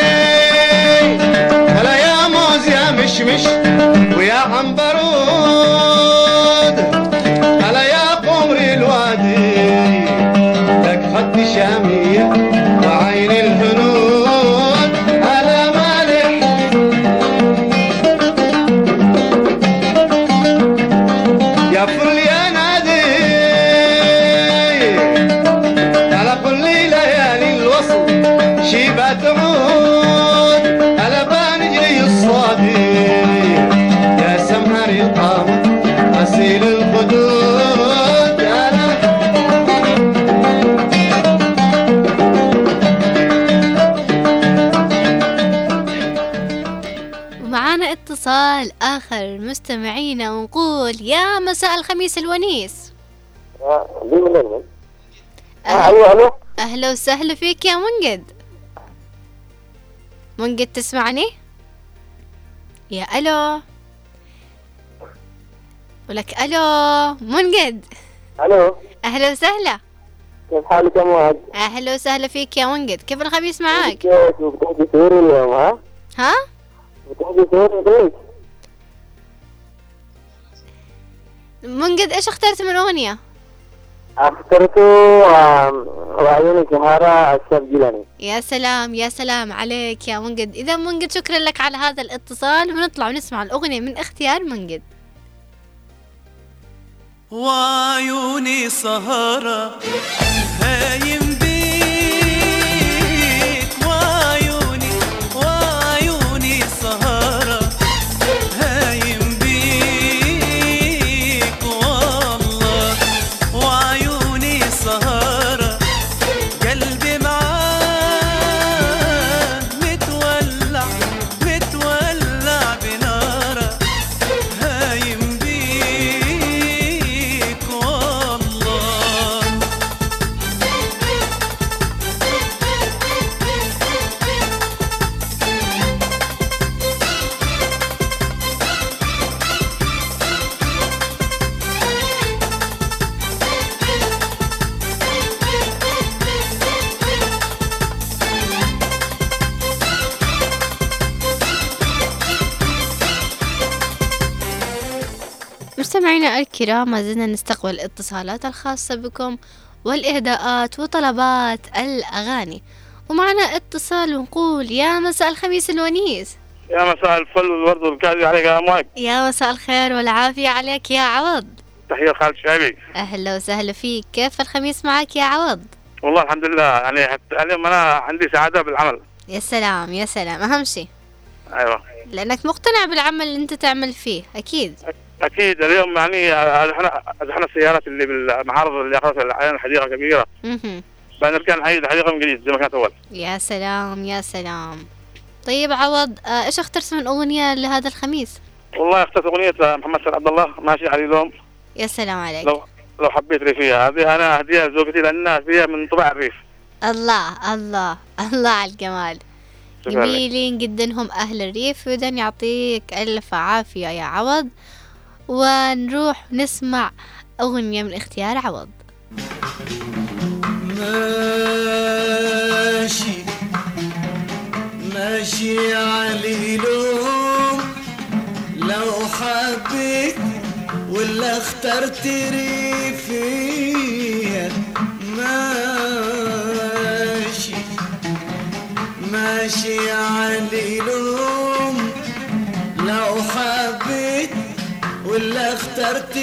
هلا يا موز يا مشمش ويا عنبرود معنا اتصال آخر مستمعينا ونقول يا مساء الخميس الونيس. أيوة. أهلا وسهلا فيك يا منقد. منقد تسمعني؟ يا ألو ولك ألو منقد. ألو أهلا وسهلا. كيف حالك يا مواد؟ أهلا وسهلا فيك يا منقد. كيف الخميس معاك؟ كيف بتحكي سوري اليوم ها؟ ها؟ بتحكي سوري ليش؟ منقد إيش اخترت من أغنية؟ اخترت وعيوني سهارة الشاب جيلاني. يا سلام يا سلام عليك يا منقد. إذا منقد شكرا لك على هذا الاتصال، ونطلع ونسمع الأغنية من اختيار منقد. وعيوني سهارة هايم بيك، وعيوني سهارة هايم بيك والله، وعيوني سهارة قلبي معاه متولع بنارة هايم بيك والله. مستمعينا الكرام، ما زلنا نستقبل الاتصالات الخاصة بكم والإهداءات وطلبات الأغاني، ومعنا اتصال ونقول يا مساء الخميس الونيس. يا مساء الفل والورد والكاذب عليك يا أمواج. يا مساء الخير والعافية عليك يا عوض. تحية خالد شعبي. أهلا وسهلا فيك. كيف الخميس معك يا عوض؟ والله الحمد لله، يعني اليوم أنا عندي سعادة بالعمل. يا سلام يا سلام، أهم شيء. أيوة، لأنك مقتنع بالعمل اللي أنت تعمل فيه. أكيد أكيد. اليوم يعني أزحنا السيارات اللي بالمعارض اللي أخذت العين الحديقة كبيرة، بنرجع نعيد الحديقة من جديد زي ما كانت أول. يا سلام يا سلام. طيب عوض، إيش اخترت من أغنية لهذا الخميس؟ والله اخترت أغنية محمد سعد عبد الله ماشي على لوم. يا سلام عليك. لو حبيت ريفية، هذه أنا هدية زوجتي لأنها فيها من طباع الريف. الله الله الله على الجمال. جميلين جدا هم أهل الريف، وإذا يعطيك ألف عافية يا عوض. ونروح نسمع أغنية من اختيار عوض. ماشي على لوم، لو حبيت ولا اخترت ريفية. ماشي على لوم، لو حبيت ولا اخترت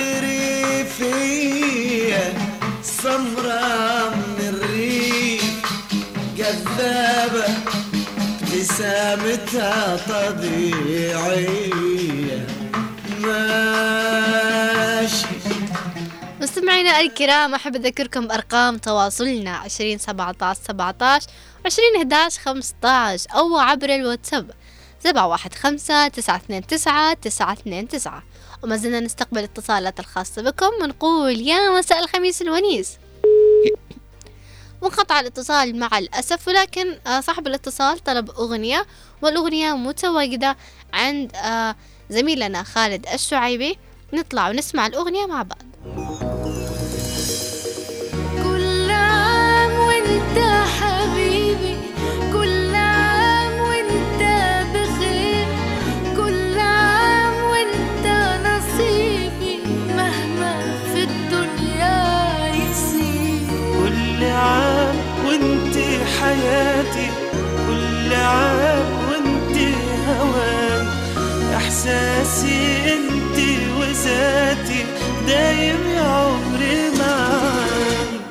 ريفية. سمرة من الريف جذابة، ابتسامتها طبيعية. ماشي. مستمعينا الكرام، أحب أذكركم بأرقام تواصلنا 2017 2011 أو عبر الواتساب 715-929-929. وما زلنا نستقبل اتصالات الخاصة بكم ونقول يا مساء الخميس الونيس. وانقطع الاتصال مع الأسف، ولكن صاحب الاتصال طلب أغنية، والأغنية متواجدة عند زميلنا خالد الشعيبي. نطلع ونسمع الأغنية مع بعض. كل عام وانت حبيبي، كل عام وانت بخير، كل عام وانت نصيبي مهما في الدنيا يصير. كل عام وانت حياتي، كل عام وانت هواي، احساسي انت وذاتي دايم يا عمري معاي.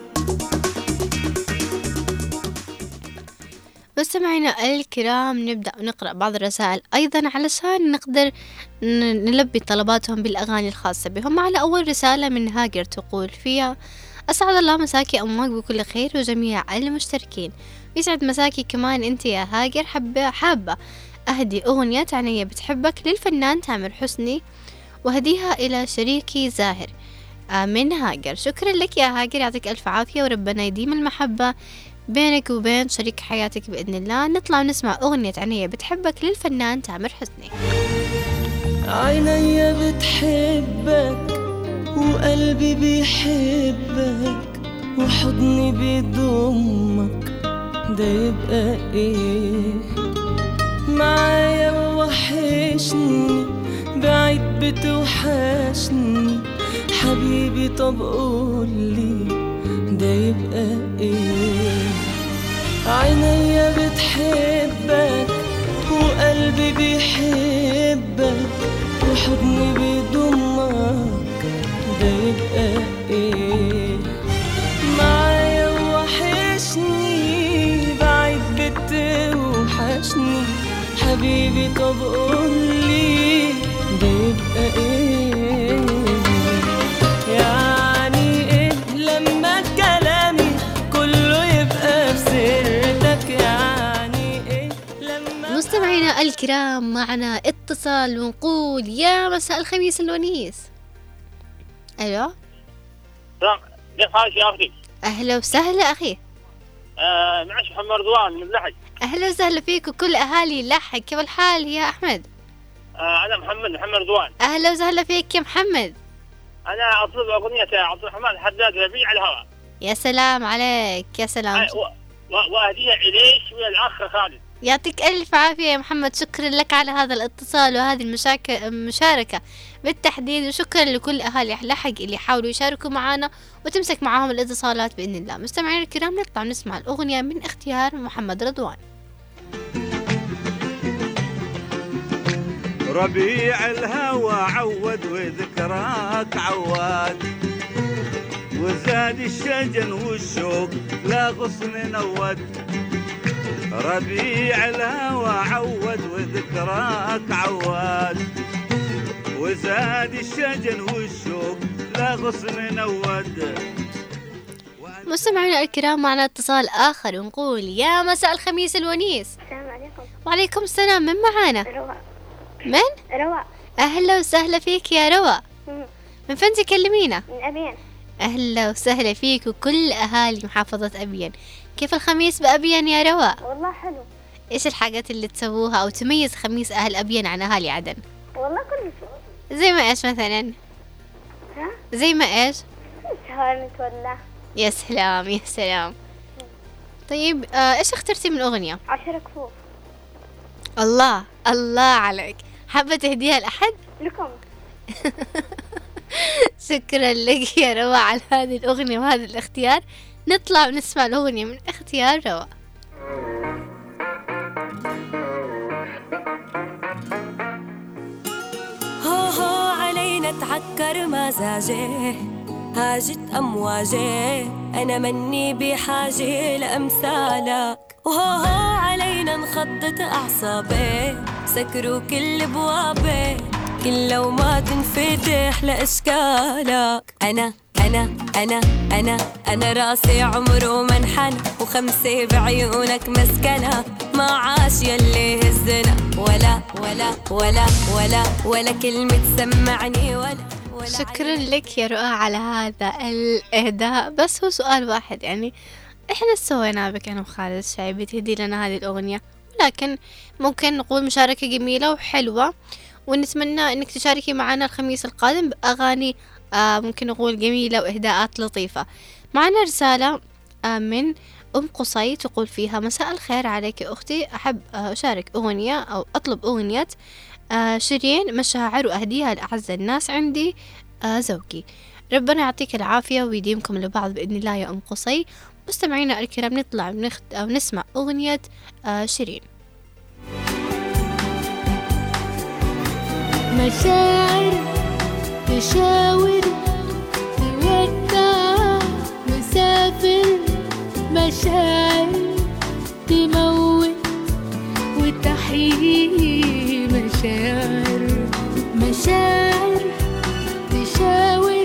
مستمعينا الكرام، نبدأ نقرأ بعض الرسائل أيضا علشان نقدر نلبي طلباتهم بالأغاني الخاصة بهم. على أول رسالة من هاجر تقول فيها: أسعد الله مساكي أمواج بكل خير وجميع المشتركين. يسعد مساكي كمان أنت يا هاجر. حابة أهدي أغنية عينيا بتحبك للفنان تامر حسني وهديها إلى شريكي زاهر من هاجر. شكرا لك يا هاجر، يعطيك ألف عافية وربنا يديم المحبة بينك وبين شريك حياتك بإذن الله. نطلع ونسمع أغنية عينيا بتحبك للفنان تامر حسني. عينيا بتحبك وقلبي بيحبك وحضني بيضمك، ده يبقى ايه؟ معايا وحشني بعيد بتوحشني حبيبي، طب قولي ده يبقى ايه؟ عينيا بتحبك وقلبي بيحبك وحضني بيضمك، ده يبقى ايه؟ معايا وحشني بعيد بتوحشني حبيبي، طب قولي ده يبقى ايه؟ يعني ايه لما كلامي كله يبقى بسيرتك؟ يعني ايه لما مستمعينا الكرام معنا اتصال ونقول يا مساء الخميس الونيس. الو كيف حالك يا اختي؟ اهلا وسهلا اخي. معش محمد رضوان من لحج. اهلا وسهلا فيك وكل اهالي لحج، كيف الحال يا احمد؟ انا محمد رضوان. اهلا وسهلا فيك يا محمد. انا اطلب اغنية عبد الرحمن حداد ربيع على الهواء. يا سلام عليك يا سلام. واهديها اليش والاخ خالد. يعطيك ألف عافية يا محمد، شكرا لك على هذا الاتصال وهذه المشاركة بالتحديد، وشكرا لكل أهالي لحق اللي يحاولوا يشاركوا معنا وتمسك معاهم الاتصالات بإذن الله. مستمعين الكرام نطلع نسمع الأغنية من اختيار محمد رضوان. ربيع الهوى عود وذكراك عواد، وزاد الشجن والشوق لا غصن نود. ربيع الهوى عود وذكراك عواد، وزاد الشجن والشوق لا غصن نود. مستمعينا الكرام معنا اتصال آخر ونقول يا مساء الخميس الونيس. السلام عليكم. وعليكم السلام، من معانا؟ رواء. من؟ رواء. أهلا وسهلا فيك يا رواء. من فين تكلمينا؟ من أبين. أهلا وسهلا فيك وكل أهالي محافظة أبين. كيف الخميس بأبين يا رواء؟ والله حلو. إيش الحاجات اللي تسووها أو تميز خميس أهل أبين عن أهالي عدن؟ والله كل شيء. زي ما إيش مثلا؟ ها؟ زي ما إيش؟ شهر متولع. يا سلام يا سلام. طيب إيش اخترتي من أغنية؟ 10 كفوف. الله الله عليك، حابة تهديها لأحد؟ لكم. شكرا لك يا رواء على هذه الأغنية وهذا الاختيار. نطلع ونسمع الأغنية من اختيار رواء. هو علينا تعكر مزاجه، هاجت أمواجه، أنا مني بحاجة لأمثالك. وهو علينا انخضت أعصابي، سكروا كل بوابي، كل لو ما تنفتح لأشكالك. أنا راسي عمره ما انحنى، وخمسة بعيونك مسكنة، ما عاش يلي هزنا ولا ولا ولا ولا ولا كلمة تسمعني ولا. شكرا لك يا رؤى على هذا الإهداء. بس هو سؤال واحد، يعني إحنا سويناه بك أنا وخالد الشعيبي تهدي لنا هذه الأغنية، ولكن ممكن نقول مشاركة جميلة وحلوة، ونتمنى أنك تشاركي معنا الخميس القادم بأغاني ممكن نقول جميلة وإهداءات لطيفة. معنا رسالة من أم قصي تقول فيها مساء الخير عليك أختي، أحب أشارك أغنية أو أطلب أغنية شيرين مشاعر وأهديها لأعز الناس عندي زوجي. ربنا يعطيك العافية ويديمكم لبعض بإذن الله يا أم قصي. مستمعينا الكرام نطلع ونسمع أغنية شيرين. مشاعر تشاور تودع مسافر، مشاعر تموت وتحيي، مشاعر تشاور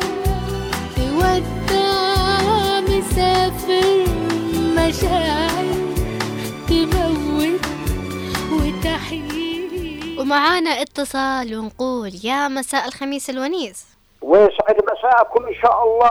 تودع مسافر، مشاعر تموت وتحيي. ومعانا اتصال ونقول يا مساء الخميس الونيس. ويسعد مساءكم إن شاء الله.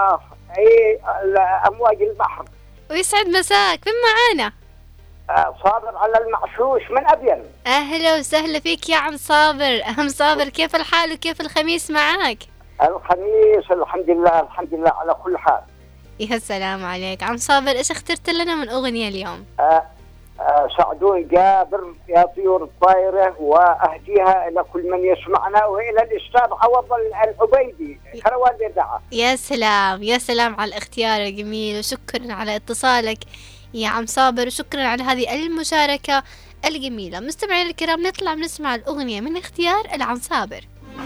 أمواج البحر. ويسعد مساك. من معانا؟ صابر على المعشوش من أبين. أهلا وسهلا فيك يا عم صابر. عم صابر كيف الحال وكيف الخميس معاك؟ الخميس الحمد لله على كل حال. يا سلام عليك عم صابر. إيش اخترت لنا من أغنية اليوم؟ سعدون جابر يا طيور الطايرة، وأهديها إلى كل من يسمعنا وإلى الأستاذ عوض العبيدي كروان الإذاعة. يا سلام يا سلام على الاختيار الجميل، وشكرا على اتصالك يا عم صابر، وشكرا على هذه المشاركة الجميلة. مستمعين الكرام نطلع نسمع الأغنية من اختيار العم صابر.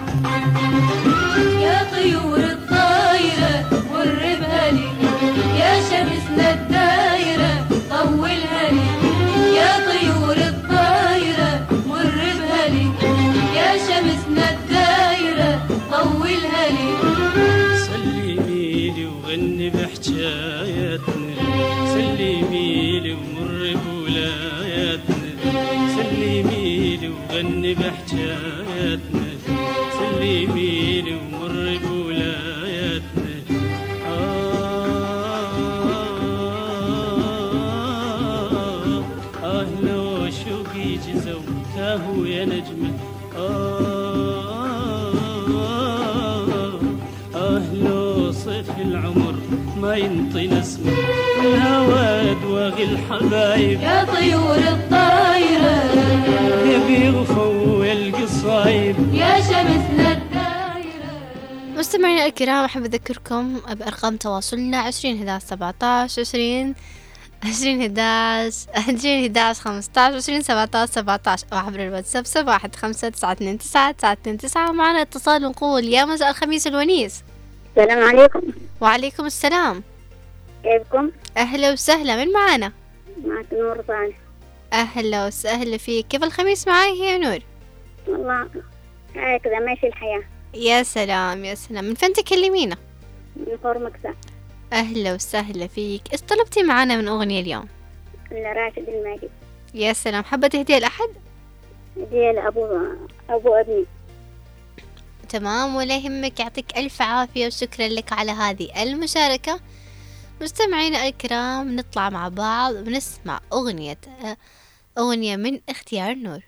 يا طيور الطايرة قربها لي، يا شمسنا الدايرة طولها لي، يا طيور الطايرة قربها لي، يا شمسنا الدايرة طولها لي. سلمي لي وغني بحكاياتنا، سلمي لي ومر بولاياتنا، سلمي لي وغني بحكاياتنا، سلمي لي ومر بولاياتنا. لو شوقي جزو تاهو يا نجمة، لو صيف العمر ما ينطي نسمة، الهوى دواغي الحبايب، يا طيور الطايرة يبي غفو القصايب، يا شمسنا الدايرة. مستمعينا الكرام أحب أذكركم بأرقام تواصلنا 2011 11 15 20 17 أو عبر الواتساب 71592999. معنا اتصال ونقول يا مساء الخميس الونيس. السلام عليكم. وعليكم السلام. كيفكم؟ أهلا وسهلا. من معنا؟ معك نور صالح. أهلا وسهلا فيك. كيف الخميس معاي يا نور؟ والله هكذا ماشي الحياة. يا سلام يا سلام. من فين تكلمينا؟ من خورمكسة. أهلا وسهلا فيك. إيش طلبتي معنا من أغنية اليوم؟ لراشد الماجد. يا سلام. حابة تهديها لأحد؟ هدية لأبو أبني. تمام ولا يهمك، يعطيك ألف عافية وشكرا لك على هذه المشاركة. مستمعينا الكرام نطلع مع بعض ونسمع أغنية من اختيار نور.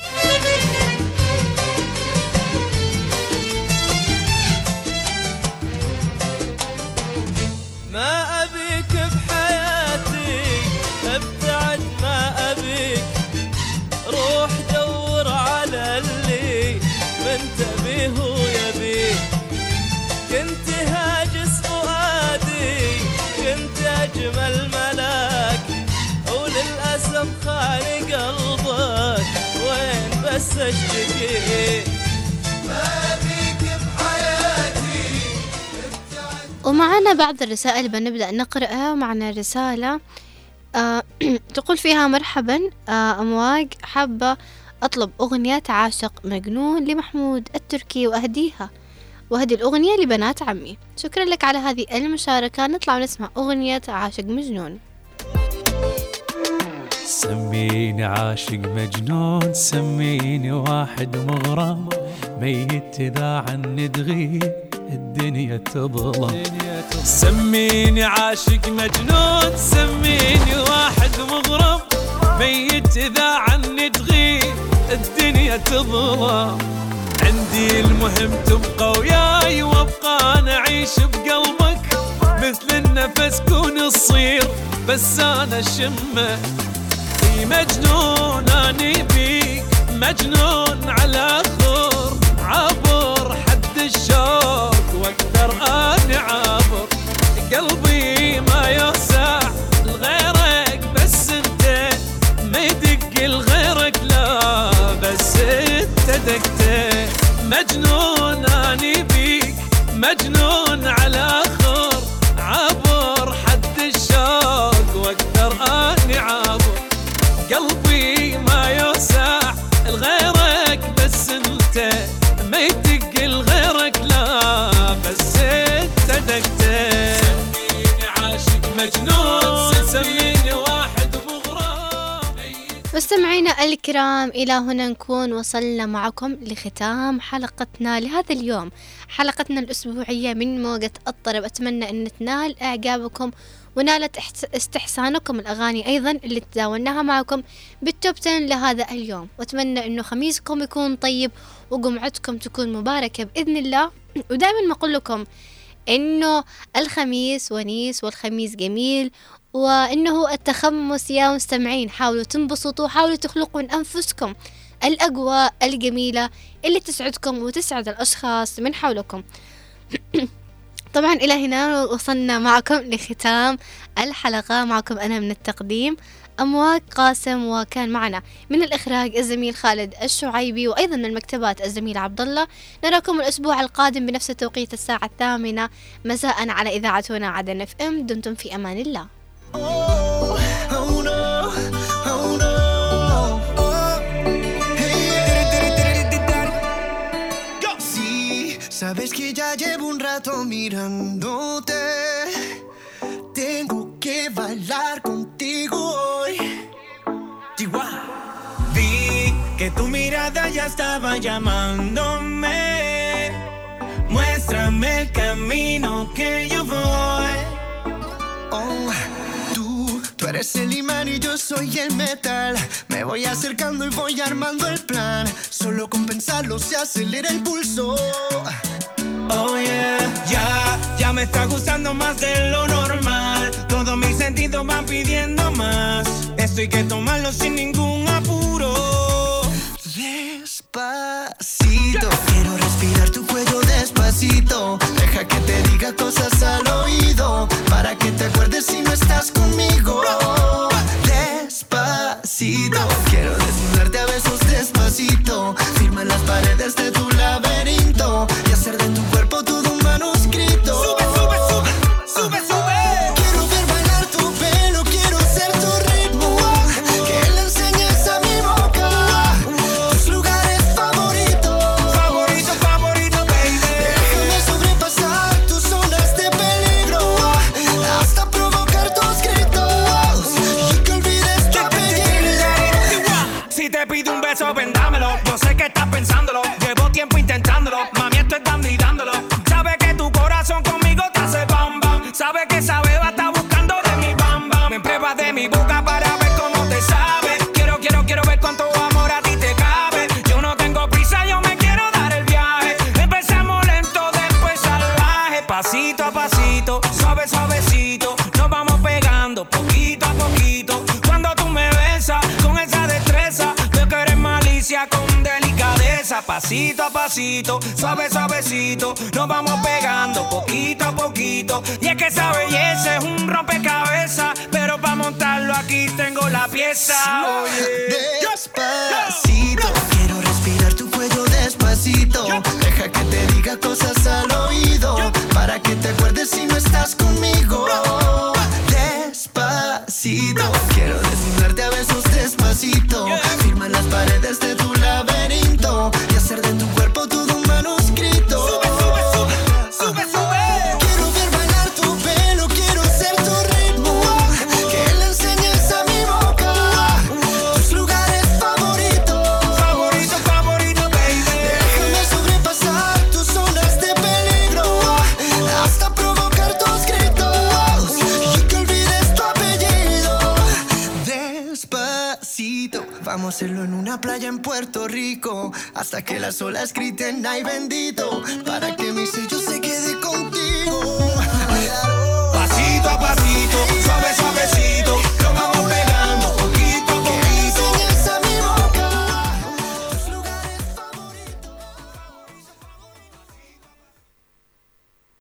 ما أبيك بحياتي ابتعد، ما أبيك روح دور على اللي من تبيه يبيك. كنت هاجس فؤادي، كنت أجمل ملاك، وللأسف خاني قلبك وين بس أشتكي. ما أبيك بحياتي. ومعنا بعض الرسائل بنبدأ نقرأها. معنا رسالة تقول فيها مرحبا أمواج، حابة أطلب أغنية عاشق مجنون لمحمود التركي وهدي الأغنية لبنات عمي. شكرا لك على هذه المشاركة. نطلع ونسمع أغنية عاشق مجنون. سميني عاشق مجنون، سميني واحد مغرم، ميت إذا عني تغيب الدنيا تظلم. سميني عاشق مجنون، سميني واحد مغرم، ميت إذا عني تغيب الدنيا تظلم. عندي المهم تبقى وياي وابقى أنا أعيش بقلبك، مثل النفس كون الصير بس أنا شمه. في مجنون أني بيك، مجنون على خور، عبر حد الشوق واقدر أني عابر. قلبي ما يوسع لغيرك بس انت، ما يدق لغيرك لا بس انت دقت. مجنون أني بيك، مجنون على خور، عبر حد الشوق واقدر أني عابر. قلبي ما يوسع لغيرك بس انت، ما يدق لغيرك لا بس انت دقت. سميني عاشق مجنون، سميني واحد مغرم. مستمعينا مستمعينا الكرام، إلى هنا نكون وصلنا معكم لختام حلقتنا لهذا اليوم، حلقتنا الأسبوعية من موجة الطرب. أتمنى أن تنال إعجابكم ونالت استحسانكم الأغاني أيضا اللي تداولناها معكم بالتوب 10 لهذا اليوم، وأتمنى أنه خميسكم يكون طيب وجمعتكم تكون مباركة بإذن الله. ودائما ما أقول لكم إنه الخميس ونيس والخميس جميل، وإنه التخمس يا مستمعين حاولوا تنبسطوا، حاولوا تخلقوا من أنفسكم الأجواء الجميلة اللي تسعدكم وتسعد الأشخاص من حولكم. طبعا إلى هنا وصلنا معكم لختام الحلقة. معكم أنا من التقديم أمواج قاسم، وكان معنا من الإخراج الزميل خالد الشعيبي، وأيضا من المكتبات الزميل عبد الله. نراكم الأسبوع القادم بنفس توقيت الساعة 8 مساء على إذاعة هنا عدن FM. دمتم في أمان الله. Sabes que ya llevo un rato mirándote. Tengo que bailar contigo hoy. Chihuahua. Vi que tu mirada ya estaba llamándome. Muéstrame el camino que yo voy. Oh, tú eres el imán y yo soy el metal. Me voy acercando y voy armando el plan. Solo con pensarlo se acelera el pulso. Oh yeah, ya me está gustando más de lo normal. Todos mis sentidos van pidiendo más. Esto hay que tomarlo sin ningún apuro. Despacito, quiero respirar tu cuello despacito. Deja que te diga cosas al oído, para que te acuerdes si no estás conmigo. Despacito, quiero desnudarte a besos despacito. Firma las paredes de tu laberinto y hacer de tu cuerpo todo un manuscrito. Sube, sube, sube, sube, sube. Quiero ver bailar tu pelo, quiero ser tu ritmo. Que le enseñes a mi boca tus lugares favoritos. Favorito, favorito, baby. Déjame sobrepasar tus zonas de peligro hasta provocar tus gritos y que olvides tu apellido. Si te pido un beso, vendámelo. Yo sé que estás pensándolo. Llevo tiempo intentándolo. Mami, esto es dando y dándolo. Sabe que tu corazón conmigo te hace bam bam. Sabe que esa beba está buscando de mi bam bam. Me pruebas de mi boca para ver cómo te sabe. Quiero ver cuánto amor a ti te cabe. Yo no tengo prisa, yo me quiero dar el viaje. Empezamos lento, después salvaje. Pasito a pasito, suave suavecito. Nos vamos pegando poquito a poquito. Cuando tú me besas con esa destreza, veo que eres malicia con delicadeza. Pasito a pasito, suave suavecito. Nos vamos pegando poquito a poquito. Y es que esa belleza es un rompecabezas, pero para montarlo aquí tengo la pieza. Oye, despacito, quiero respirar tu cuello despacito. Deja que te diga cosas al oído, para que te acuerdes si no estás conmigo. Despacito, quiero desnudarte a besos despacito. Firma las paredes de tu laberinto y hacer de tu cuerpo todo un manuscrito. Sube, sube, sube, sube, sube. Quiero ver bailar tu pelo, quiero ser tu ritmo. Que le enseñes a mi boca tus lugares favoritos. Favorito, favorito, baby. Déjame sobrepasar tus zonas de peligro hasta provocar tus gritos y que olvides tu apellido. Despacito, vamos a hacerlo en una playa en Puerto Rico hasta que las olas griten ay bendito, para que mi sello se quede contigo.